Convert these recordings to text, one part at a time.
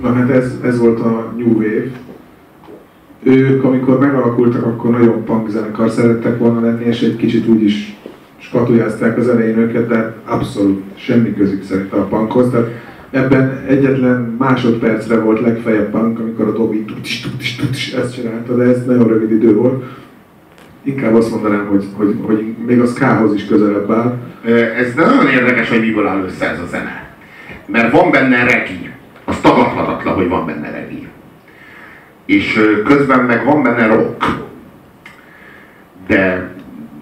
Na hát ez volt a New Wave. Ők, amikor megalakultak, akkor nagyon punk zenekar szerettek volna lenni, és egy kicsit úgy is skatujázták az elején őket, de abszolút semmi közük szerintem a punkhoz. Tehát ebben egyetlen másodpercre volt legfeljebb punk, amikor a dob így tutis ezt csinálta, de ez nagyon rövid idő volt. Inkább azt mondanám, hogy még a ska-hoz is közelebb áll. Ez nagyon érdekes, hogy miből áll össze ez a zene. Mert van benne reggae. Az tagadhatatlan, hogy van benne reggae. És közben meg van benne rock. De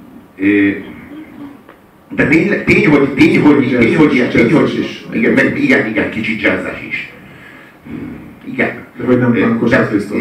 tény, hogy igen, kicsit jazzes is. Igen. De hogy nem punkos, az biztos.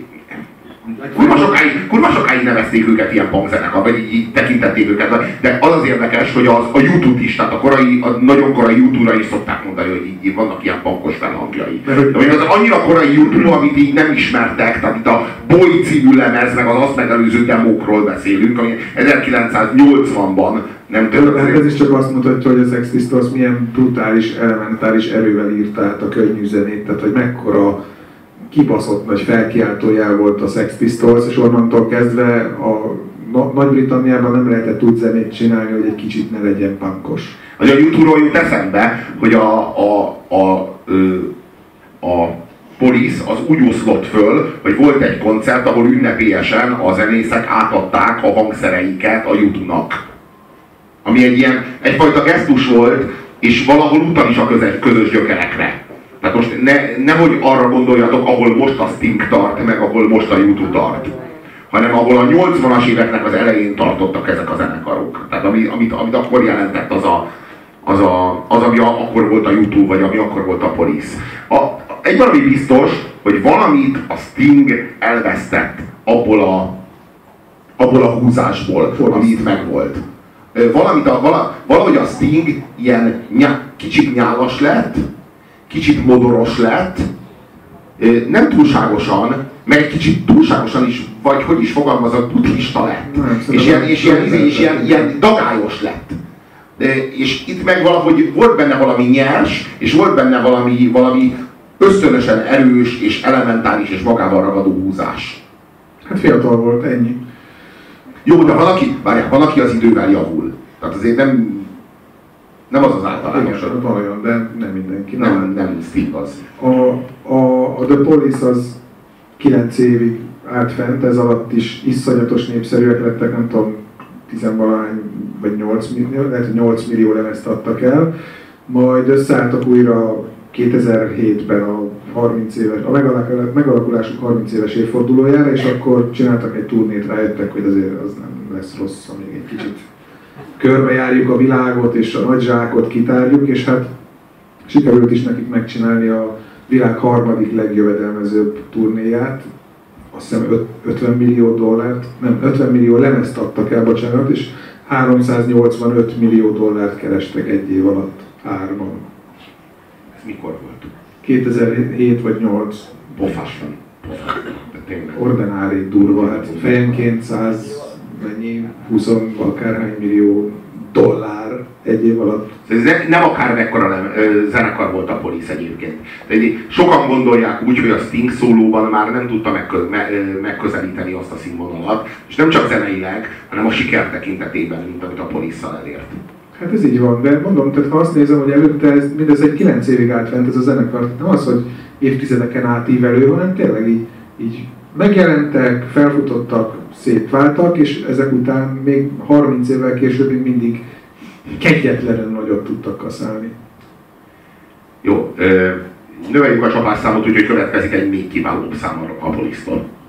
Kurva sokáig nevezték őket ilyen punkzenekar, vagy így tekintették őket, de az az érdekes, hogy a YouTube is, tehát a nagyon korai YouTube-ra is szokták mondani, hogy így vannak ilyen punkos felhangjai. De az annyira korai YouTube, amit így nem ismertek, tehát itt a Boy című lemez, meg az azt megelőző demókról beszélünk, ami 1980-ban nem tudom. Ez is csak azt mutatja, hogy a Sex Pistols milyen brutális, elementáris erővel írta át a könnyű zenét, tehát hogy mekkora kibaszott nagy felkiáltójá volt a Sex Pistols, és onnantól kezdve a Nagy-Britanniában nem lehetett úgy zenét csinálni, hogy egy kicsit ne legyen punkos. A YouTube-ról jut eszembe, hogy a Police az úgy oszlott föl, hogy volt egy koncert, ahol ünnepélyesen a zenészek átadták a hangszereiket a YouTube-nak. Ami egyfajta gesztus volt, és valahol utal is a közös gyökerekre. Tehát most nehogy arra gondoljatok, ahol most a Sting tart, meg ahol most a YouTube tart, hanem ahol a 80-as éveknek az elején tartottak ezek a zenekarok. Tehát amit akkor jelentett az, ami akkor volt a YouTube, vagy ami akkor volt a Police. Egy valami biztos, hogy valamit a Sting elvesztett abból a húzásból, ami itt megvolt. Valahogy a Sting ilyen kicsit nyálas lett, kicsit modoros lett, nem túlságosan, meg egy kicsit túlságosan is, vagy hogy is fogalmazott, buddhista lett. És ilyen dagályos lett. És itt meg valahogy volt benne valami nyers, és volt benne valami ösztönösen erős, és elementáris, és magával ragadó húzás. Hát fiatal volt, ennyi. Jó, de van, aki az idővel javul. Tehát azért nem az általános. Igen, van olyan, de nem mindenki. Nem Sting az. A The Police az 9 évig állt fent, ez alatt is iszonyatos népszerűek lettek, nem tudom, 10-valahány vagy 8 millió, lehet, hogy 8 millió lemezt adtak el, majd összeálltak újra 2007-ben a megalakulásuk 30 éves évfordulójára, és akkor csináltak egy turnét, rájöttek, hogy azért az nem lesz rossz, ha még egy kicsit körbejárjuk a világot, és a nagy zsákot kitárjuk, és hát sikerült is nekik megcsinálni a világ harmadik legjövedelmezőbb turnéját, azt hiszem 50 millió dollárt, nem, 50 millió lemezt adtak el, bocsánat, és 385 millió dollárt kerestek egy év alatt árban. Ez mikor volt? 2007 vagy 8. Pofásan. Ordinári durva, hát fejenként 100 mennyi, 20 akárhány millió dollár egy év alatt. Ez nem akár mekkora zenekar volt a Police egyébként. Sokan gondolják úgy, hogy a Sting szólóban már nem tudta megközelíteni azt a színvonalat, és nem csak zeneileg, hanem a siker tekintetében, mint amit a Police-szal elért. Hát ez így van, de mondom, tehát ha azt nézem, hogy előtte mindez egy 9 évig állt fent ez a zenekar, nem az, hogy évtizedeken átívelő, hanem tényleg így megjelentek, felfutottak, szétváltak, és ezek után még 30 évvel később még mindig kegyetlenül nagyot tudtak kaszálni. Jó, növeljük a csapásszámot, úgyhogy következik egy még kiválóbb szám a Police-tól.